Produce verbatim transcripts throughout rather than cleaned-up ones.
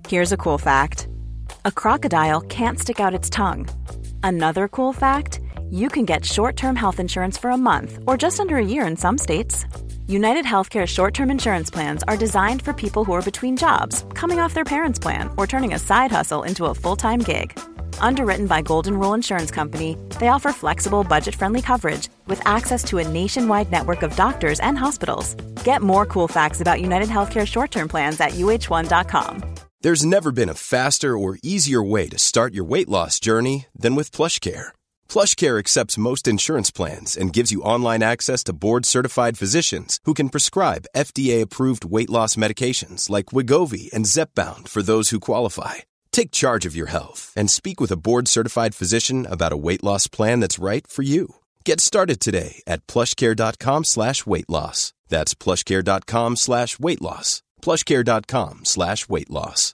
Here's a cool fact. A crocodile can't stick out its tongue. Another cool fact, you can get short-term health insurance for a month or just under a year in some states. United Healthcare short-term insurance plans are designed for people who are between jobs, coming off their parents' plan, or turning a side hustle into a full-time gig. Underwritten by Golden Rule Insurance Company, they offer flexible, budget-friendly coverage with access to a nationwide network of doctors and hospitals. Get more cool facts about United Healthcare short-term plans at U H one dot com. There's never been a faster or easier way to start your weight loss journey than with PlushCare. PlushCare accepts most insurance plans and gives you online access to board-certified physicians who can prescribe F D A-approved weight loss medications like Wegovy and Zepbound for those who qualify. Take charge of your health and speak with a board-certified physician about a weight loss plan that's right for you. Get started today at plushcare.com slash weight loss. That's plushcare.com slash weight loss. plushcare.com slash weight loss.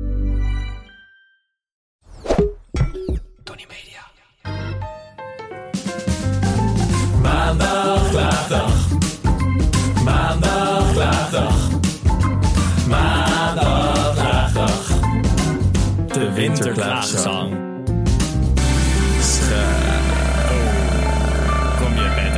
Tony Media. Maandag, klaagdag. Maandag, klaagdag. Maandag, klaagdag. De winterklaagzang. Kom je bed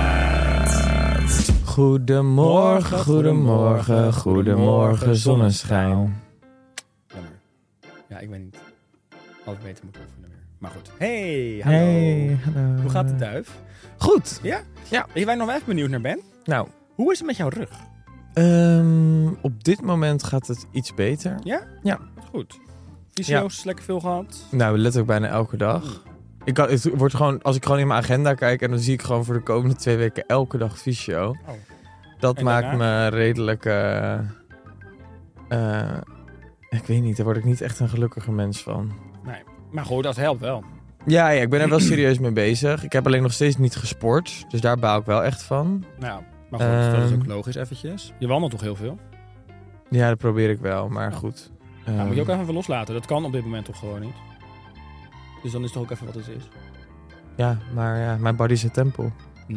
uit. Goedemorgen, goedemorgen, goedemorgen, zonneschijn. Jammer. Ja, ik weet niet. Altijd beter moeten oefenen weer. Maar goed. Hey, hallo. Hey, hallo. Hoe gaat de duif? Goed. Ja? Ja. Ik ben nog wel even benieuwd naar Ben. Nou, Hoe is het met jouw rug? um, op dit moment gaat het iets beter. Ja? Ja. Goed. Fysio's, lekker veel gehad? Nou, letterlijk bijna elke dag. Ik kan, het wordt gewoon, als ik gewoon in mijn agenda kijk en dan zie ik gewoon voor de komende twee weken elke dag fysio. Oh. Dat En maakt daarna? me redelijk... Uh, uh, ik weet niet, daar word ik niet echt een gelukkige mens van. Nee. Maar goed, dat helpt wel. Ja, ja, ik ben er wel serieus mee bezig. Ik heb alleen nog steeds niet gesport. Dus daar baal ik wel echt van. Nou, maar goed, dat is ook Um, logisch eventjes. Je wandelt toch heel veel? Ja, dat probeer ik wel, maar goed. Nou, moet je ook Um, even loslaten. Dat kan op dit moment toch gewoon niet? Dus dan is het toch ook even wat het is? Ja, maar ja, mijn body is een tempel.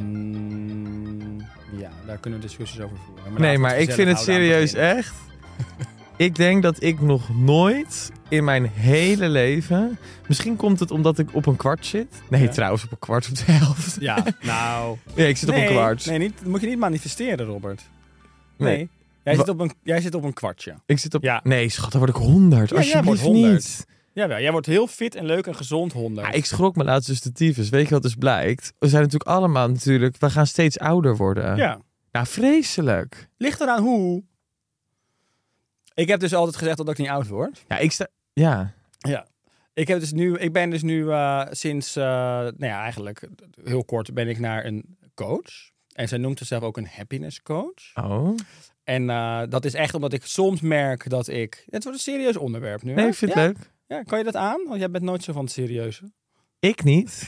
Mm, ja, daar kunnen we discussies over voeren. Maar Nee, laten we maar ik vind het gezellig houden aan serieus begin. echt. Ik denk dat ik nog nooit in mijn hele leven... Misschien komt het omdat ik op een kwart zit. Nee, Ja. trouwens op een kwart op de helft. Ja, nou... Nee, ik zit nee, op een kwart. Nee, niet, moet je niet manifesteren, Robert. Nee. Nee. Jij, Wa- zit op een, jij zit op een kwartje. Ik zit op... Ja. Nee, schat, dan word ik honderd. Ja, jij wordt Alsjeblieft honderd. niet. Jawel, jij wordt heel fit en leuk en gezond honderd. Ja, ik schrok me laatst dus de tyfus. Weet je wat dus blijkt? We zijn natuurlijk allemaal natuurlijk... We gaan steeds ouder worden. Ja. Nou, vreselijk. Ligt eraan hoe. Ik heb dus altijd gezegd dat ik niet oud word. Ja, ik sta... Ja. Ja. Ik, heb dus nu, ik ben dus nu uh, sinds, uh, nou ja, eigenlijk heel kort ben ik naar een coach. En zij noemt zichzelf ook een happiness coach. Oh. En uh, dat is echt omdat ik soms merk dat ik... Het wordt een serieus onderwerp nu. Nee, hè? ik vind ja? het leuk. Ja, kan je dat aan? Want jij bent nooit zo van het serieuze. Ik niet.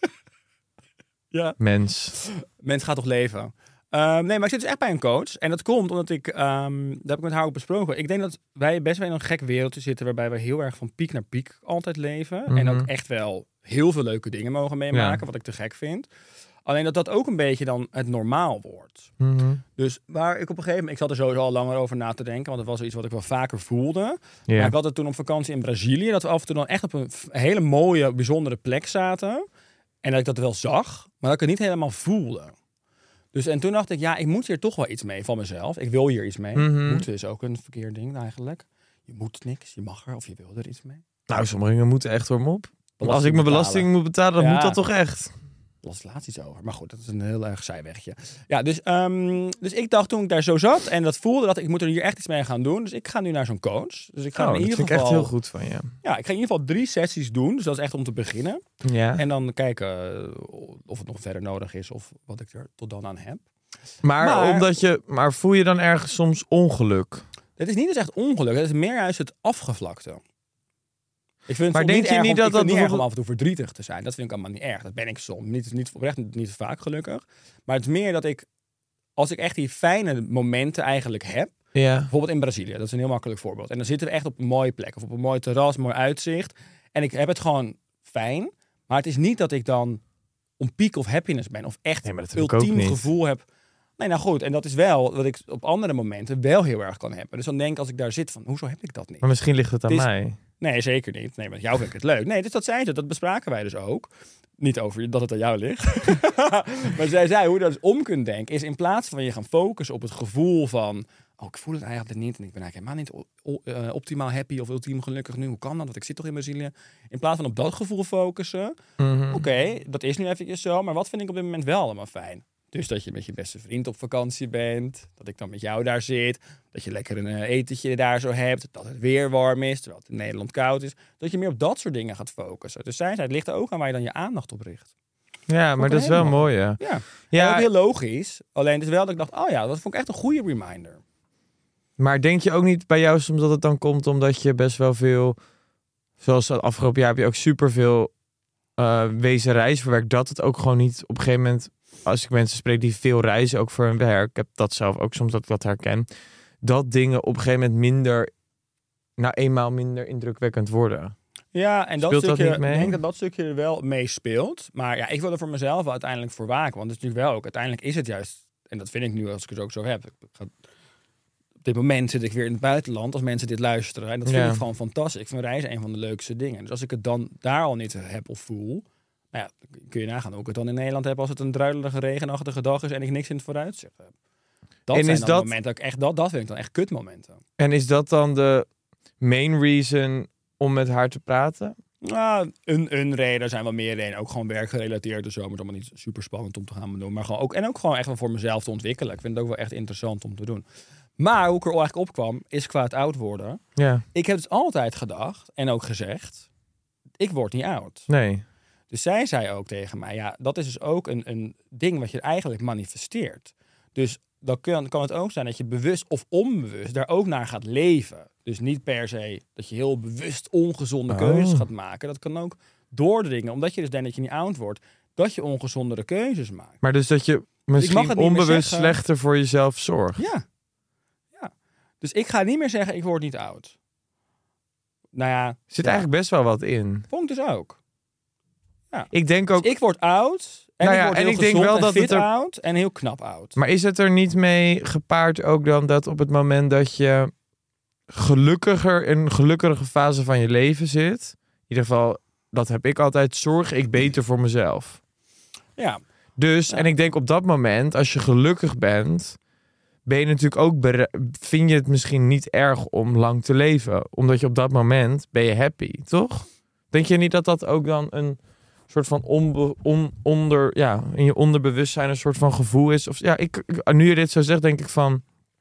Ja. Mens. Mens gaat toch leven? Um, nee, maar ik zit dus echt bij een coach. En dat komt omdat ik... Um, dat heb ik met haar ook besproken. Ik denk dat wij best wel in een gek wereldje zitten... waarbij we heel erg van piek naar piek altijd leven. Mm-hmm. En ook echt wel heel veel leuke dingen mogen meemaken... Ja. wat ik te gek vind. Alleen dat dat ook een beetje dan het normaal wordt. Mm-hmm. Dus waar ik op een gegeven moment... Ik zat er sowieso al langer over na te denken... want het was iets wat ik wel vaker voelde. Ja. Maar ik had het toen op vakantie in Brazilië... dat we af en toe dan echt op een f- hele mooie, bijzondere plek zaten. En dat ik dat wel zag... maar dat ik het niet helemaal voelde. Dus en toen dacht ik, ja, ik moet hier toch wel iets mee van mezelf. Ik wil hier iets mee. Mhm. Moeten is ook een verkeerd ding eigenlijk. Je moet niks, je mag er of je wil er iets mee. Nou, sommige dingen moeten echt door me op. Als Belasting ik mijn betalen. belasting moet betalen, dan Ja. moet dat toch echt? Las laatst iets over. Maar goed, dat is een heel erg zijwegje. Ja, dus, um, dus ik dacht toen ik daar zo zat en dat voelde, dat ik moet er hier echt iets mee gaan doen. Dus ik ga nu naar zo'n coach. Dus ik ga Oh, in dat ieder vind geval... ik echt heel goed van je. Ja, ik ga in ieder geval drie sessies doen. Dus dat is echt om te beginnen. Ja. En dan kijken uh, of het nog verder nodig is of wat ik er tot dan aan heb. Maar, Maar- omdat je, maar voel je dan ergens soms ongeluk? Het is niet eens echt ongeluk. Het is meer juist het afgevlakte. Ik vind het Maar soms denk niet je erg niet om, dat ik vind dat het niet erg om bijvoorbeeld- af en toe verdrietig te zijn. Dat vind ik allemaal niet erg. Dat ben ik soms. Niet, niet oprecht, niet, niet vaak gelukkig. Maar het is meer dat ik, als ik echt die fijne momenten eigenlijk heb. Ja. Bijvoorbeeld in Brazilië. Dat is een heel makkelijk voorbeeld. En dan zitten we echt op een mooie plek. Of op een mooi terras, mooi uitzicht. En ik heb het gewoon fijn. Maar het is niet dat ik dan om peak of happiness ben. Of echt Nee, maar het dat heb ik ook ultiem niet. gevoel heb. Nee, nou goed. En dat is wel wat ik op andere momenten wel heel erg kan hebben. Dus dan denk ik als ik daar zit van, hoezo heb ik dat niet? Maar misschien ligt het aan Het is- mij. Nee, zeker niet. Nee, met jou vind ik het leuk. Nee, dus dat zei ze. Dat bespraken wij dus ook. Niet over dat het aan jou ligt. Maar zij zei hoe je dat dus om kunt denken. Is in plaats van je gaan focussen op het gevoel van... Oh, ik voel het eigenlijk niet. En ik ben eigenlijk helemaal niet o- o- uh, optimaal happy of ultiem gelukkig nu. Hoe kan dat? Want ik zit toch in Brazilië. In plaats van op dat gevoel focussen. Mhm. Oké, okay, dat is nu eventjes zo. Maar wat vind ik op dit moment wel allemaal fijn? Dus dat je met je beste vriend op vakantie bent. Dat ik dan met jou daar zit. Dat je lekker een uh, etentje daar zo hebt. Dat het weer warm is, terwijl het in Nederland koud is. Dat je meer op dat soort dingen gaat focussen. Dus zij zei, het ligt er ook aan waar je dan je aandacht op richt. Ja, maar Ook dat is wel helemaal. mooi, ja. Ja, Ja, ook heel logisch. Alleen het is wel dat ik dacht, oh ja, dat vond ik echt een goede reminder. maar denk je ook niet bij jou soms dat het dan komt omdat je best wel veel... Zoals het afgelopen jaar heb je ook superveel uh, wezen reizen verwerkt. Dat het ook gewoon niet op een gegeven moment... Als ik mensen spreek die veel reizen, ook voor hun werk. Ik heb dat zelf ook soms dat ik dat herken. Dat dingen op een gegeven moment minder... Nou, eenmaal minder indrukwekkend worden. Ja, en dat Speelt dat stukje, niet mee? ik denk dat dat stukje er wel mee speelt. Maar ja, ik wil er voor mezelf uiteindelijk voor waken. Want het is natuurlijk wel ook, uiteindelijk is het juist... En dat vind ik nu als ik het ook zo heb. Ik ga, op dit moment zit ik weer in het buitenland als mensen dit luisteren. En dat vind Ja. ik gewoon fantastisch. Ik vind reizen een van de leukste dingen. Dus als ik het dan daar al niet heb of voel... Nou ja, kun je nagaan hoe ik het dan in Nederland heb als het een druilerige, regenachtige dag is en ik niks in het vooruitzicht heb. Dat En zijn is dan dat- momenten dat ik echt dat, dat vind ik dan echt kutmomenten. En is dat dan de main reason om met haar te praten? Nou, een, een reden, er zijn wel meer redenen. Ook gewoon werkgerelateerd en zo. Maar het is allemaal niet super spannend om te gaan doen. Maar gewoon ook, en ook gewoon echt wel voor mezelf te ontwikkelen. Ik vind het ook wel echt interessant om te doen. Maar hoe ik er eigenlijk op kwam, is qua het oud worden. Ja, Ik heb dus altijd gedacht en ook gezegd, ik word niet oud. nee. Dus zij zei ook tegen mij, ja, dat is dus ook een, een ding wat je eigenlijk manifesteert. Dus dan kan, kan het ook zijn dat je bewust of onbewust daar ook naar gaat leven. Dus niet per se dat je heel bewust ongezonde Oh. keuzes gaat maken. Dat kan ook doordringen, omdat je dus denkt dat je niet oud wordt, dat je ongezondere keuzes maakt. Maar dus dat je mag misschien het niet meer onbewust zeggen. slechter voor jezelf zorgt. Ja. ja. Dus ik ga niet meer zeggen, ik word niet oud. Nou ja, Er zit ja, eigenlijk best wel wat in. vond ik dus ook. Ik denk ook... Dus ik word oud en Nou ja, ik word en heel ik denk gezond wel en dat fit het er- oud en heel knap oud. Maar is het er niet mee gepaard ook dan dat op het moment dat je gelukkiger in een gelukkige fase van je leven zit, in ieder geval, dat heb ik altijd, zorg ik beter voor mezelf. Ja, Dus, Ja. en ik denk op dat moment, als je gelukkig bent, ben je natuurlijk ook bere- vind je het misschien niet erg om lang te leven. Omdat je op dat moment ben je happy, toch? Denk je niet dat dat ook dan een soort van onbe- on- onder, ja, in je onderbewustzijn een soort van gevoel is? Of, ja, ik, ik- nu je dit zo zegt, denk ik van,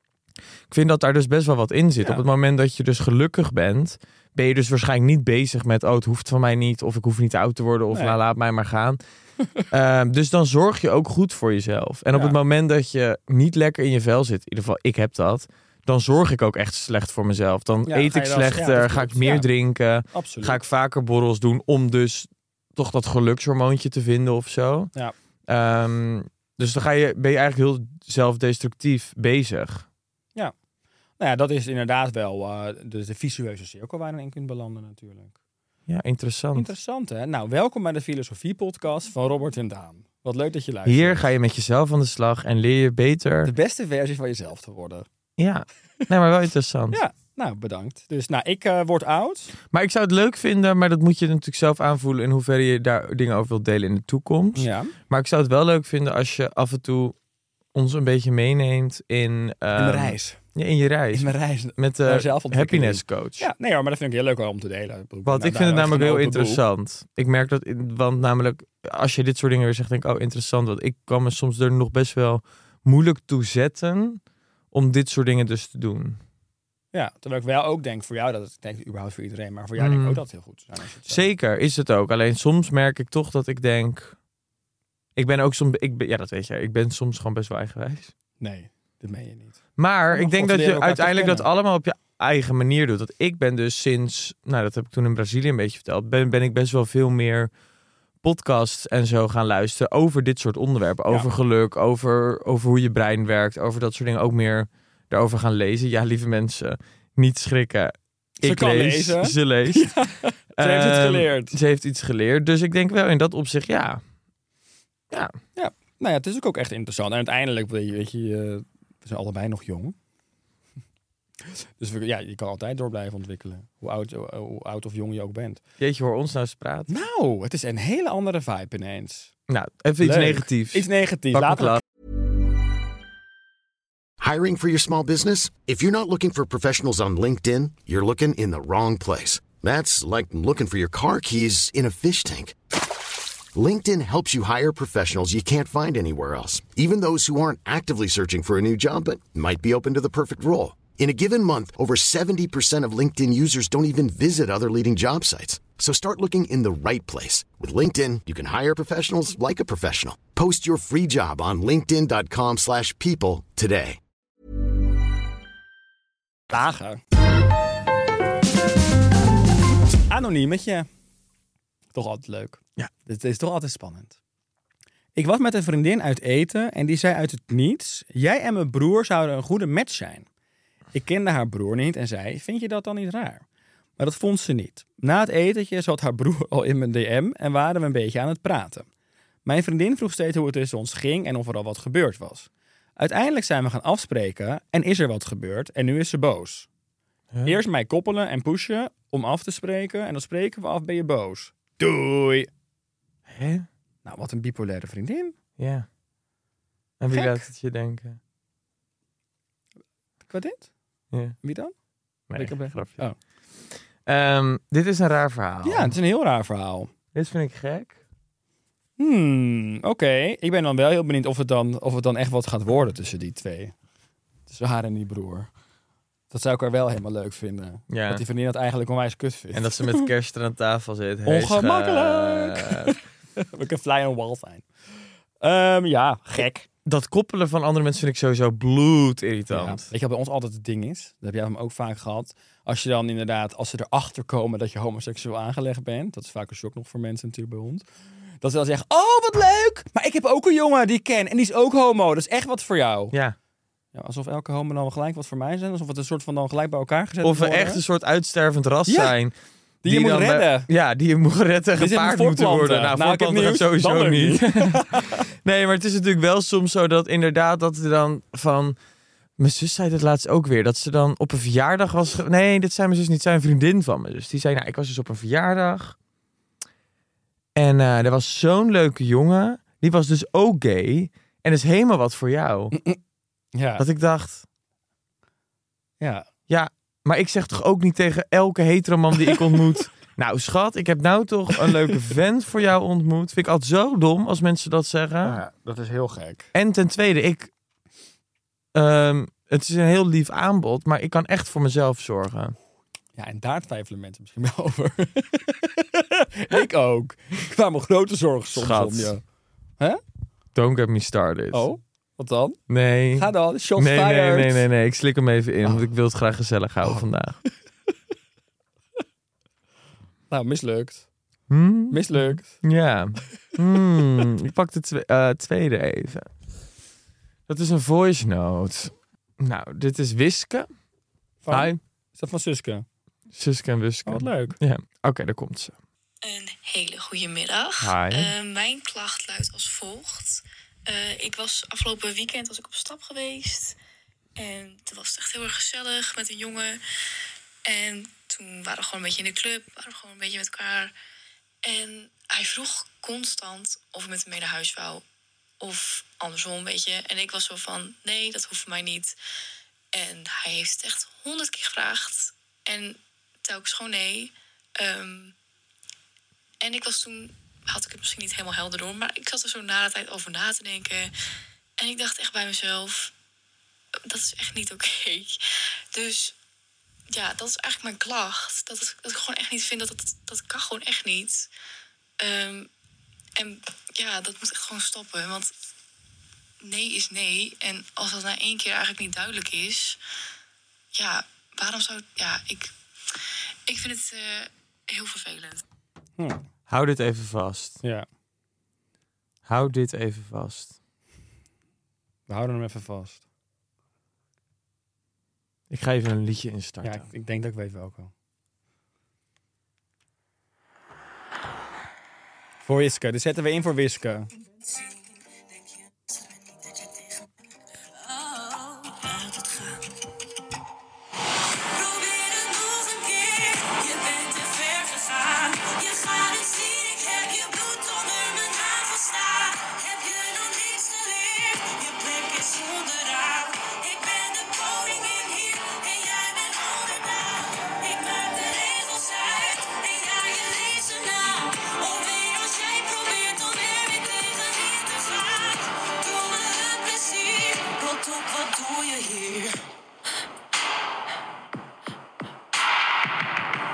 ik vind dat daar dus best wel wat in zit. Ja. Op het moment dat je dus gelukkig bent, ben je dus waarschijnlijk niet bezig met, oh, het hoeft van mij niet, of ik hoef niet oud te worden, of Nee. nou, laat mij maar gaan. Ehm, dus dan zorg je ook goed voor jezelf. En op Ja. het moment dat je niet lekker in je vel zit, in ieder geval ik heb dat, dan zorg ik ook echt slecht voor mezelf. Dan Ja, eet ga ik je wel- ja, slechter, dat ga ik klopt. meer Ja. drinken, absoluut. ga ik vaker borrels doen om dus toch dat gelukshormoontje te vinden of zo. Ja. Ehm, dus dan ga je, ben je eigenlijk heel zelfdestructief bezig. Nou ja, dat is inderdaad wel uh, de, de visueuze cirkel waar je in kunt belanden natuurlijk. Ja, interessant. Interessant hè? Nou, welkom bij de Filosofie Podcast van Robert en Daan. Wat leuk dat je luistert. Hier ga je met jezelf aan de slag en leer je beter. De beste versie van jezelf te worden. Ja, nee, maar wel interessant. Ja, nou bedankt. Dus nou, ik uh, word oud. Maar ik zou het leuk vinden, maar dat moet je natuurlijk zelf aanvoelen in hoeverre je daar dingen over wilt delen in de toekomst. Ja. Maar ik zou het wel leuk vinden als je af en toe ons een beetje meeneemt in, In ehm, mijn reis. Ja, in je reis. In mijn reis. Met naar de zelfontwikkeling. happiness coach. Ja, nee hoor, maar dat vind ik heel leuk om te delen. Ik bedoel, Want nou, ik vind het daar namelijk heel geen open boek. interessant. Ik merk dat, in, want namelijk als je dit soort dingen weer zegt, denk ik, oh interessant. Want ik kan me soms er nog best wel moeilijk toe zetten om dit soort dingen dus te doen. Ja, terwijl ik wel ook denk voor jou, dat het, ik denk überhaupt voor iedereen, maar voor jou denk ik Mm. ook dat het heel goed zou zijn. Als je het zo- Zeker, is het ook. Alleen soms merk ik toch dat ik denk, ik ben ook soms, ik ben, ja dat weet je, ik ben soms gewoon best wel eigenwijs. Nee, dat meen je niet. Maar Oh, ik denk God, dat leren je elkaar uiteindelijk toch dat kennen. allemaal op je eigen manier doet. Want ik ben dus sinds, nou dat heb ik toen in Brazilië een beetje verteld, ben, ben ik best wel veel meer podcasts en zo gaan luisteren over dit soort onderwerpen. Over Ja. geluk, over, over hoe je brein werkt, over dat soort dingen ook meer daarover gaan lezen. Ja, lieve mensen, niet schrikken. Ze Ik kan lees, lezen. ze leest. Ze heeft iets Ehm, geleerd. Ze heeft iets geleerd. Dus ik denk wel in dat opzicht, ja. Ja. Nou, Nou ja, het is ook echt interessant. En uiteindelijk, weet je, weet je uh, we zijn allebei nog jong. Dus we, ja, je kan altijd door blijven ontwikkelen. Hoe oud, hoe, hoe oud of jong je ook bent. Jeetje, hoor ons nou eens praten. Nou, het is een hele andere vibe ineens. Nou, even iets Leuk. negatiefs. Iets negatiefs. Pak Laten we... Hiring for your small business? If you're not looking for professionals on LinkedIn, you're looking in the wrong place. That's like looking for your car keys in a fish tank. LinkedIn helps you hire professionals you can't find anywhere else, even those who aren't actively searching for a new job but might be open to the perfect role. In a given month, over seventy percent of LinkedIn users don't even visit other leading job sites. So start looking in the right place. With LinkedIn, you can hire professionals like a professional. Post your free job on linkedin.com slash people today. Dagen. Anoniemetje. Toch altijd leuk. Ja. Het is toch altijd spannend. Ik was met een vriendin uit eten en die zei uit het niets: jij en mijn broer zouden een goede match zijn. Ik kende haar broer niet en zei: vind je dat dan niet raar? Maar dat vond ze niet. Na het etentje zat haar broer al in mijn D M en waren we een beetje aan het praten. Mijn vriendin vroeg steeds hoe het tussen ons ging en of er al wat gebeurd was. Uiteindelijk zijn we gaan afspreken en is er wat gebeurd en nu is ze boos. Huh? Eerst mij koppelen en pushen om af te spreken en dan spreken we af, ben je boos. Doei! Hè? Nou, wat een bipolaire vriendin. Ja. En wie Gek. laat het je denken? Wat dit? Ja. Wie dan? Nee, Ik heb- grapje. Oh. Ehm, dit is een raar verhaal. Ja, het is een heel raar verhaal. Dit vind ik gek. Hmm, oké. Ik ben dan wel heel benieuwd of het dan, of het dan echt wat gaat worden tussen die twee. Tussen haar en die broer. Dat zou ik er wel helemaal leuk vinden. Ja. Dat die vriendin dat eigenlijk onwijs kut vindt. En dat ze met kerst er aan tafel zit. Hey, Ongemakkelijk. schat. We kunnen fly on wall zijn. Um, ja, gek. Dat koppelen van andere mensen vind ik sowieso bloedirritant. Ja. Weet je wat bij ons altijd het ding is? Dat heb jij hem ook vaak gehad. Als je dan inderdaad, als ze erachter komen dat je homoseksueel aangelegd bent. Dat is vaak een shock nog voor mensen natuurlijk bij ons. Dat ze dan zeggen, oh wat leuk. Maar ik heb ook een jongen die ik ken. En die is ook homo. Dat is echt wat voor jou. Ja. Ja, alsof elke homo dan gelijk wat voor mij zijn. Alsof het een soort van dan gelijk bij elkaar gezet Of we worden. echt een soort uitstervend ras Ja. zijn. Die je moet dan bij- redden. ja, die je moet redden en Die zit gepaard met moeten worden. Nou, voortplanten. Nou, ik heb voortplanten gaat nieuws, sowieso dan niet. Nee, maar het is natuurlijk wel soms zo dat inderdaad dat er dan van... Mijn zus zei het laatst ook weer. Dat ze dan op een verjaardag was... ge- Nee, dit zei mijn zus niet. Zij een vriendin van me. Dus die zei, nou, ik was dus op een verjaardag. En uh, er was zo'n leuke jongen. Die was dus ook gay. En dat is helemaal wat voor jou. Ja. Dat ik dacht... ja. Ja, maar ik zeg toch ook niet tegen elke heteroman die ik ontmoet... Nou, schat, ik heb nou toch een leuke vent voor jou ontmoet. Vind ik altijd zo dom als mensen dat zeggen. ja, dat is heel gek. En ten tweede, ik... Um, het is een heel lief aanbod, maar ik kan echt voor mezelf zorgen. Ja, en daar twijfelen mensen misschien wel over. Ik ook. Ik maak me grote zorgen soms Schat. om je. Hè? Don't get me started. Oh, wat dan? Nee. Ga dan, shots nee, nee, fired. nee, nee, nee. Ik slik hem even in, Oh. want ik wil het graag gezellig houden Oh. vandaag. Nou, mislukt. Hmm? Mislukt. Ja. Hmm. Ik pak de twe- uh, tweede even. Dat is een voice note. Nou, dit is Wiske. Van, Hi. is dat van Suske? Suske en Wiske. Oh, wat leuk. Ja. Oké, okay, daar komt ze. Een hele goede middag. Hi. Uh, mijn klacht luidt als volgt. Uh, ik was afgelopen weekend was ik op stap geweest. En toen was het echt heel erg gezellig met een jongen. En toen waren we gewoon een beetje in de club. Waren we gewoon een beetje met elkaar. En hij vroeg constant of ik met hem mee naar huis wou. Of andersom, weet je. En ik was zo van, nee, dat hoeft voor mij niet. En hij heeft het echt honderd keer gevraagd. En telkens gewoon nee. Um, en ik was toen, had ik het misschien niet helemaal helder door. Maar ik zat er zo na de tijd over na te denken. En ik dacht echt bij mezelf, dat is echt niet oké. Okay. Dus ja, dat is eigenlijk mijn klacht. Dat, het, dat ik gewoon echt niet vind, dat het, dat kan gewoon echt niet. Um, en ja, dat moet echt gewoon stoppen. Want nee is nee. En als dat na één keer eigenlijk niet duidelijk is... Ja, waarom zou... Ja, ik, ik vind het uh, heel vervelend. Hm. Hou dit even vast. Ja, Hou dit even vast. we houden hem even vast. Ik ga even een liedje Ja, instarten. ik, ik denk dat ik weet welke. Voor Wiske. Dus zetten we in voor Wiske.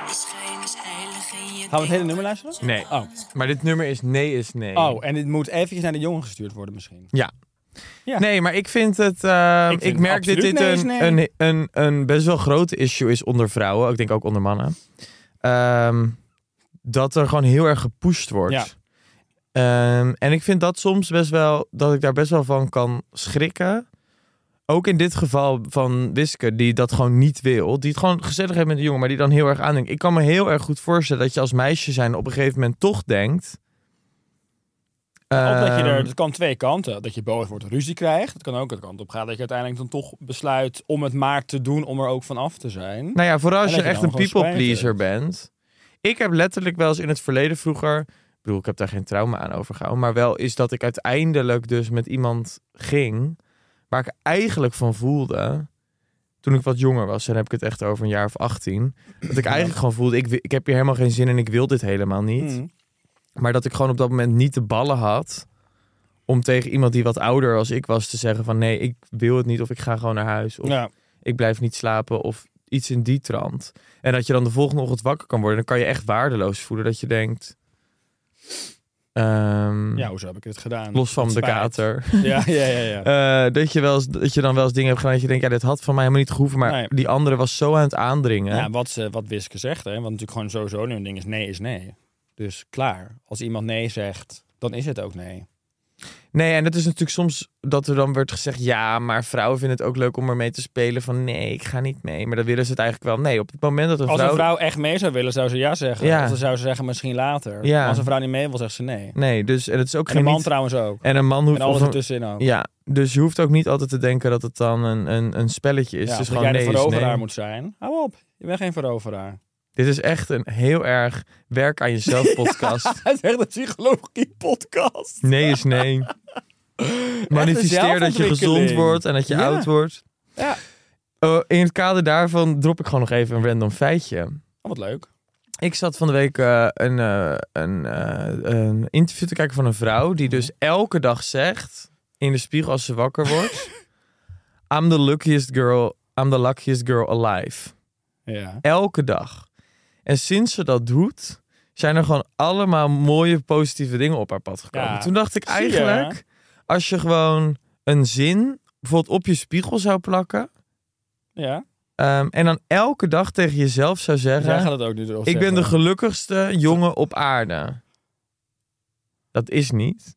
Gaan we het hele nummer luisteren? Nee. Oh. Maar dit nummer is Nee is Nee. Oh, en dit moet eventjes naar de jongen gestuurd worden misschien. Ja. Ja. Nee, maar ik vind het... Uh, ik, vind ik merk dat absoluut dit nee is een, nee. een, een, een best wel grote issue is onder vrouwen. Ik denk ook onder mannen. Um, dat er gewoon heel erg gepusht wordt. Ja. Um, en ik vind dat soms best wel... Dat ik daar best wel van kan schrikken. Ook in dit geval van Wiske, die dat gewoon niet wil. Die het gewoon gezellig heeft met de jongen, maar die dan heel erg aandenkt. Ik kan me heel erg goed voorstellen dat je als meisje zijn op een gegeven moment toch denkt... Of dat je er, Um, het kan twee kanten. Dat je boos wordt, ruzie krijgt. Het kan ook de kant op gaan dat je uiteindelijk dan toch besluit om het maar te doen om er ook van af te zijn. Nou ja, vooral als En je dat je echt dan een gewoon people spijt pleaser hebt. bent. Ik heb letterlijk wel eens in het verleden vroeger... Ik bedoel, ik heb daar geen trauma aan overgehouden. Maar wel is dat ik uiteindelijk dus met iemand ging... waar ik eigenlijk van voelde... Toen ik wat jonger was, dan heb ik het echt over een jaar of achttien... dat ik eigenlijk gewoon voelde... Ik, ik heb hier helemaal geen zin in, ik wil dit helemaal niet. Mm. Maar dat ik gewoon op dat moment niet de ballen had... om tegen iemand die wat ouder als ik was te zeggen van... nee, ik wil het niet of ik ga gewoon naar huis. Of Ja. ik blijf niet slapen of iets in die trant. En dat je dan de volgende ochtend wakker kan worden... dan kan je echt waardeloos voelen dat je denkt... Um, Ja, hoezo heb ik het gedaan? los van Met de spijt. kater. Ja, ja, ja. ja. Uh, dat, je wel eens, dat je dan wel eens dingen hebt gedaan... dat je denkt, ja, dit had van mij helemaal niet gehoeven... maar Nee. die andere was zo aan het aandringen. Ja, wat, ze, wat Wiske zegt, hè, want natuurlijk gewoon sowieso nu een ding is nee is nee. Dus klaar. Als iemand nee zegt, dan is het ook nee. Nee, en het is natuurlijk soms dat er dan wordt gezegd... ja, maar vrouwen vinden het ook leuk om ermee te spelen... van nee, ik ga niet mee. Maar dan willen ze het eigenlijk wel. Nee, op het moment dat een Als vrouw... een vrouw echt mee zou willen, zou ze ja zeggen. Ja. Of dan zou ze zeggen misschien later. Ja. Maar als een vrouw niet mee wil, zegt ze nee. Nee, dus en het is ook En geen een man niet... trouwens ook. En een man hoeft... En alles of een- ertussenin ook. Ja, dus je hoeft ook niet altijd te denken dat het dan een, een, een spelletje is. Ja, Het is dat gewoon jij de nee is veroveraar nee. moet zijn. Hou op, je bent geen veroveraar. Dit is echt een heel erg werk aan jezelf podcast. Het is echt een psychologie podcast. Nee is nee. Manifesteer dat je gezond zelfontwikkeling. wordt en dat je Ja. oud wordt. Ja. Uh, in het kader daarvan drop ik gewoon nog even een random feitje. Oh, wat leuk. Ik zat van de week uh, een, uh, een, uh, een interview te kijken van een vrouw... die dus elke dag zegt in de spiegel als ze wakker wordt... I'm the luckiest girl, I'm the luckiest girl alive. Ja. Elke dag. En sinds ze dat doet, zijn er gewoon allemaal mooie positieve dingen op haar pad gekomen. Ja, Toen dacht ik zie je. eigenlijk, als je gewoon een zin bijvoorbeeld op je spiegel zou plakken... Ja. Um, en dan elke dag tegen jezelf zou zeggen... Zij gaat het ook nu erop ik ben zeggen. de gelukkigste jongen op aarde. Dat is niet.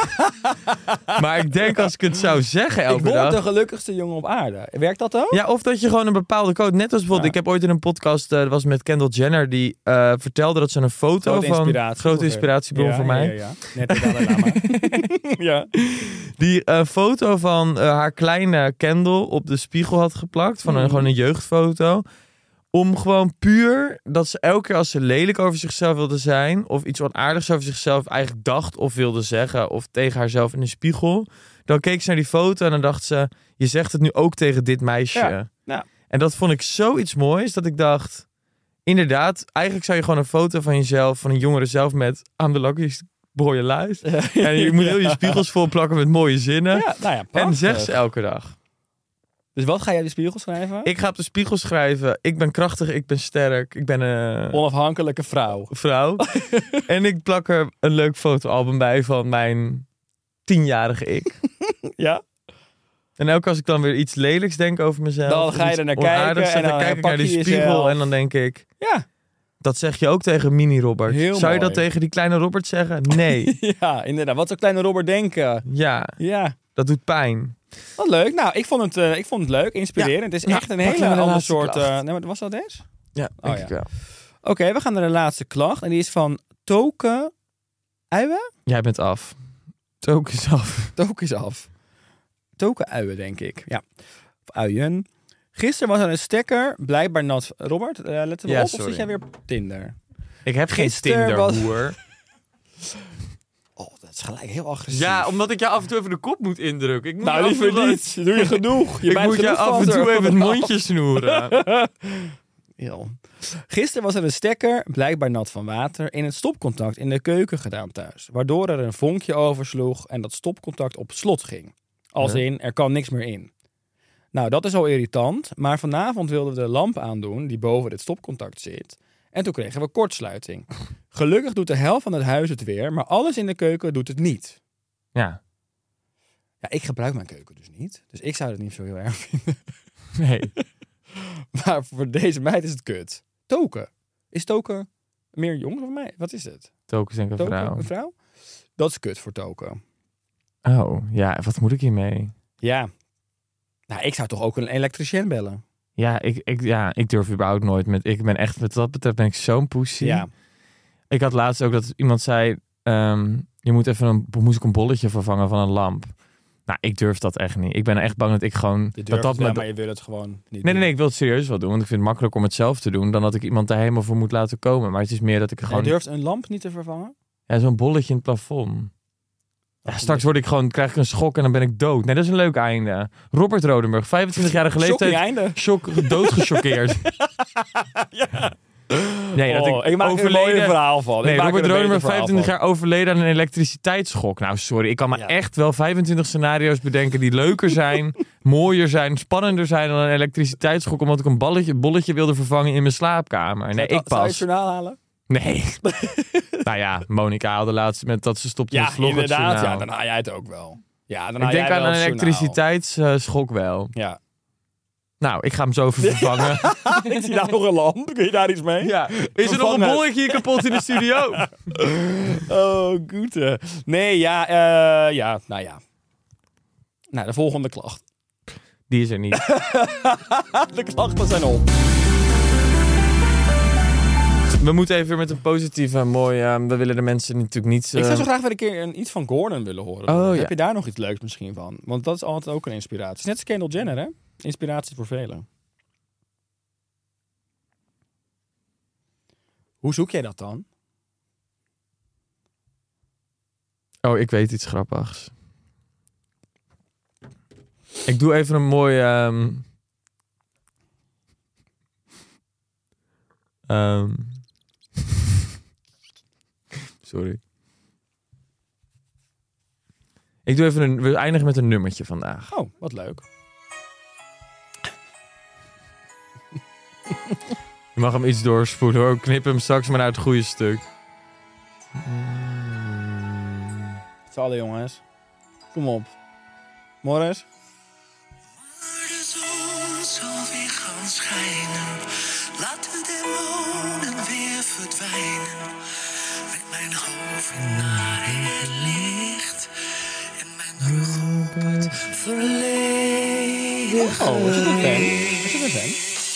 Maar ik denk als ik het zou zeggen elke Ik word dag... de gelukkigste jongen op aarde. Werkt dat ook? Ja, of dat je gewoon een bepaalde code... Net als bijvoorbeeld, Ja. ik heb ooit in een podcast... Uh, dat was met Kendall Jenner... die uh, vertelde dat ze een foto Grote van... inspiratie. Grote inspiratiebron Ja, voor ja, mij. Ja, ja. Net de Dalai Lama. Ja. Die een foto van uh, haar kleine Kendall op de spiegel had geplakt. Van een, Mm. gewoon een jeugdfoto. Om gewoon puur dat ze elke keer als ze lelijk over zichzelf wilde zijn... of iets onaardigs over zichzelf eigenlijk dacht of wilde zeggen... of tegen haarzelf in de spiegel... dan keek ze naar die foto en dan dacht ze... je zegt het nu ook tegen dit meisje. Ja. Ja. En dat vond ik zoiets moois dat ik dacht... inderdaad, eigenlijk zou je gewoon een foto van jezelf... van een jongere zelf met... I'm the luckiest boy alive. En je moet heel je spiegels vol plakken met mooie zinnen. Ja, nou ja, En prachtig. zeg ze elke dag. Dus wat ga jij op de spiegel schrijven? Ik ga op de spiegel schrijven. Ik ben krachtig, ik ben sterk. Ik ben een Onafhankelijke vrouw. vrouw. En ik plak er een leuk fotoalbum bij van mijn tienjarige ik. Ja? En elke keer als ik dan weer iets lelijks denk over mezelf... Dan of ga je iets er naar onaardigs, kijken en dan dan kijk ik pak naar die je spiegel jezelf. en dan denk ik... Ja. Dat zeg je ook tegen mini-Robert. Heel Zou je mooi. dat tegen die kleine Robert zeggen? Nee. Ja, inderdaad. Wat zou kleine Robert denken? Ja, Ja. dat doet pijn. Wat leuk. Nou, ik vond het, uh, ik vond het leuk, inspirerend. Het is Ja, echt een pak je hele maar de ander laatste soort... klacht. Uh, nee, maar was dat deze? Ja, denk Oh, ik ja. wel. Oké, we gaan naar de laatste klacht. En die is van Toke Uiwe? Jij bent af. Took is af. Toke is af. Toke Uiwe, denk ik. Ja. Of Uien. Gisteren was er een stekker, blijkbaar nat. Robert, uh, let er Ja, op of sorry. zit jij weer op Tinder? Ik heb geen Gisteren Tinder, was- hoer. Oh, dat is gelijk heel agressief. Ja, omdat ik jou af en toe even de kop moet indrukken. Ik moet Nou, je af en liever toe- niet. Doe je genoeg. Je Ik bijt moet je genoeg af en vast toe er even het vanaf. mondje snoeren. Ja. Gisteren was er een stekker, blijkbaar nat van water, in het stopcontact in de keuken gedaan thuis. Waardoor er een vonkje oversloeg en dat stopcontact op slot ging. Als Ja. in, er kan niks meer in. Nou, dat is al irritant, maar vanavond wilden we de lamp aandoen die boven dit stopcontact zit. En toen kregen we kortsluiting. Gelukkig doet de helft van het huis het weer, maar alles in de keuken doet het niet. Ja. Ja, ik gebruik mijn keuken dus niet. Dus ik zou het niet zo heel erg vinden. Nee. Maar voor deze meid is het kut. Token. Is Token meer jongens of mij? Wat is het? Token is denk ik een Token, vrouw. een vrouw? Dat is kut voor Token. Oh, ja. Wat moet ik hiermee? Ja. Nou, ik zou toch ook een elektricien bellen? Ja, ik, ik, ja, ik durf überhaupt nooit met... Ik ben echt, wat dat betreft ben ik zo'n poesie. Ja. Ik had laatst ook dat iemand zei... Um, je moet even een, moest ik een bolletje vervangen van een lamp. Nou, ik durf dat echt niet. Ik ben echt bang dat ik gewoon... Je dat durft dat het wel, me, maar je wil het gewoon niet Nee, doen. nee, nee, ik wil het serieus wel doen. Want ik vind het makkelijker om het zelf te doen... dan dat ik iemand daar helemaal voor moet laten komen. Maar het is meer dat ik er gewoon... Je durft een lamp niet te vervangen? Ja, zo'n bolletje in het plafond. Ja, straks word ik gewoon, krijg ik een schok en dan ben ik dood. Nee, dat is een leuk einde. Robert Rodenburg, vijfentwintigjarige leeftijd. einde. Shock, doodgechoqueerd. Ja. Nee, dat Oh, ik, ik maak er een mooi verhaal van. Nee, ik maak Robert er een Rodenburg, beter verhaal vijfentwintig van. jaar overleden aan een elektriciteitsschok. Nou, sorry. Ik kan me Ja. echt wel vijfentwintig scenario's bedenken die leuker zijn, mooier zijn, spannender zijn dan een elektriciteitsschok. Omdat ik een balletje, bolletje wilde vervangen in mijn slaapkamer. Nee, Zou- ik Zou je het pas. journaal halen? Nee. Nou ja, Monica haalde laatst met dat ze stopte Ja, met vloggen. inderdaad. Ja, dan haal jij het ook wel. Ja, dan Ik haal denk jij aan wel een het journaal. elektriciteitsschok wel. Ja. Nou, ik ga hem zo even vervangen. Ik zie daar nog een lamp. Kun je daar iets mee? Ja. Is er nog een Vervangen. bolletje hier kapot in de studio? Oh, goede. Nee, ja, eh, ja, nou ja. Nou, de volgende klacht. Die is er niet. De klachten zijn op. We moeten even weer met een positieve, mooi... Uh, we willen de mensen natuurlijk niet... Uh... Ik zou zo graag weer een keer een, iets van Gordon willen horen. Oh, Heb ja. je daar nog iets leuks misschien van? Want dat is altijd ook een inspiratie. Het is net als Kendall Jenner, hè? Inspiratie voor velen. Hoe zoek jij dat dan? Oh, ik weet iets grappigs. Ik doe even een mooi... Um... Um... Sorry. Ik doe even een... We eindigen met een nummertje vandaag. Oh, wat leuk. Je mag hem iets doorspoelen hoor. Knip hem straks maar naar het goede stuk. Z'n allen jongens. Kom op. Morris. De zon zal weer gaan schijnen. Laat de demonen weer verdwijnen. Met mijn hoofd naar het licht. En mijn rug op het verleden. Oh, is het een fan? Is het een fan?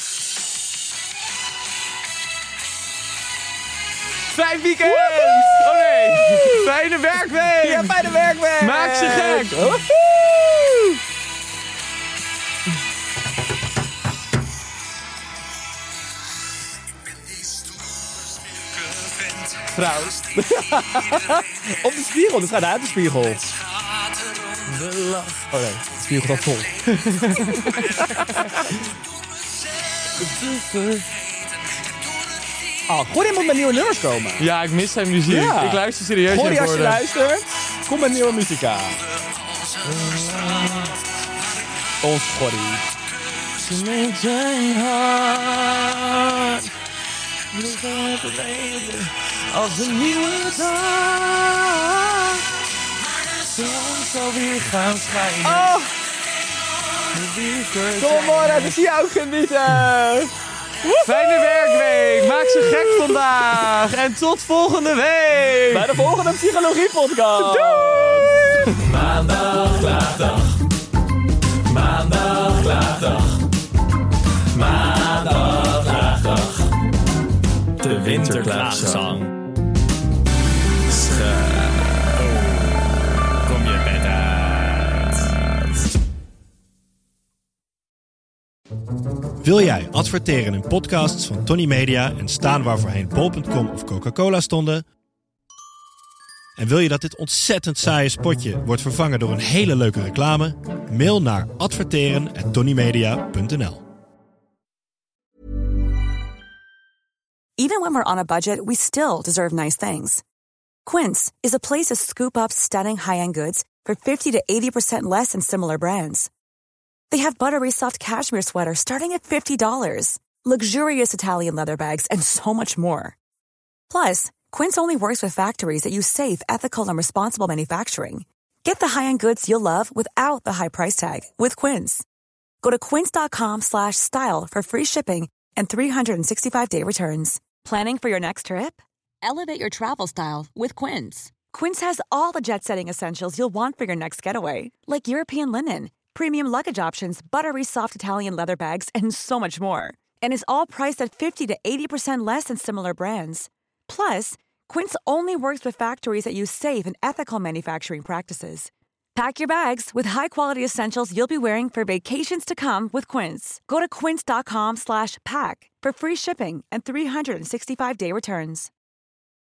Fijn weekend! Oh nee! Fijne werkweek! Ja, bij de werkweek! Maak ze gek! Woehoe! Vrouw. Op de spiegel, dit gaat uit de spiegel. Oh nee, de spiegel gaat vol. Oh, Gordy moet met nieuwe nummers komen. Ja, ik mis zijn muziek. Ja. Ik luister serieus Gordy, naar als je Gordon. luistert, kom met nieuwe muzika. Ons Gordy. Als een nieuwe dag. De zon zal weer gaan schijnen. Oh, De liefde kom op, Morris, ik zie je ook genieten. Fijne werkweek. Maak ze gek vandaag. En tot volgende week. Bij de volgende Psychologie Podcast. Doei. Maandag, klaagdag. Maandag, klaagdag. Maandag, klaagdag. De winterklaagzang. Scha- Kom je bed uit. Wil jij adverteren in podcasts van Tony Media en staan waar voorheen bol punt com of Coca-Cola stonden? En wil je dat dit ontzettend saaie spotje wordt vervangen door een hele leuke reclame? Mail naar adverteren at tonymedia punt n l. Even when we're on a budget, we still deserve nice things. Quince is a place to scoop up stunning high-end goods for fifty to eighty percent less than similar brands. They have buttery soft cashmere sweaters starting at fifty dollars, luxurious Italian leather bags, and so much more. Plus, Quince only works with factories that use safe, ethical, and responsible manufacturing. Get the high-end goods you'll love without the high price tag with Quince. Go to quince.com slash style for free shipping and three sixty-five day returns. Planning for your next trip? Elevate your travel style with Quince. Quince has all the jet-setting essentials you'll want for your next getaway, like European linen, premium luggage options, buttery soft Italian leather bags, and so much more. And is all priced at fifty to eighty percent less than similar brands. Plus, Quince only works with factories that use safe and ethical manufacturing practices. Pack your bags with high-quality essentials you'll be wearing for vacations to come with Quince. Go to quince.com slash pack for free shipping and three sixty-five day returns.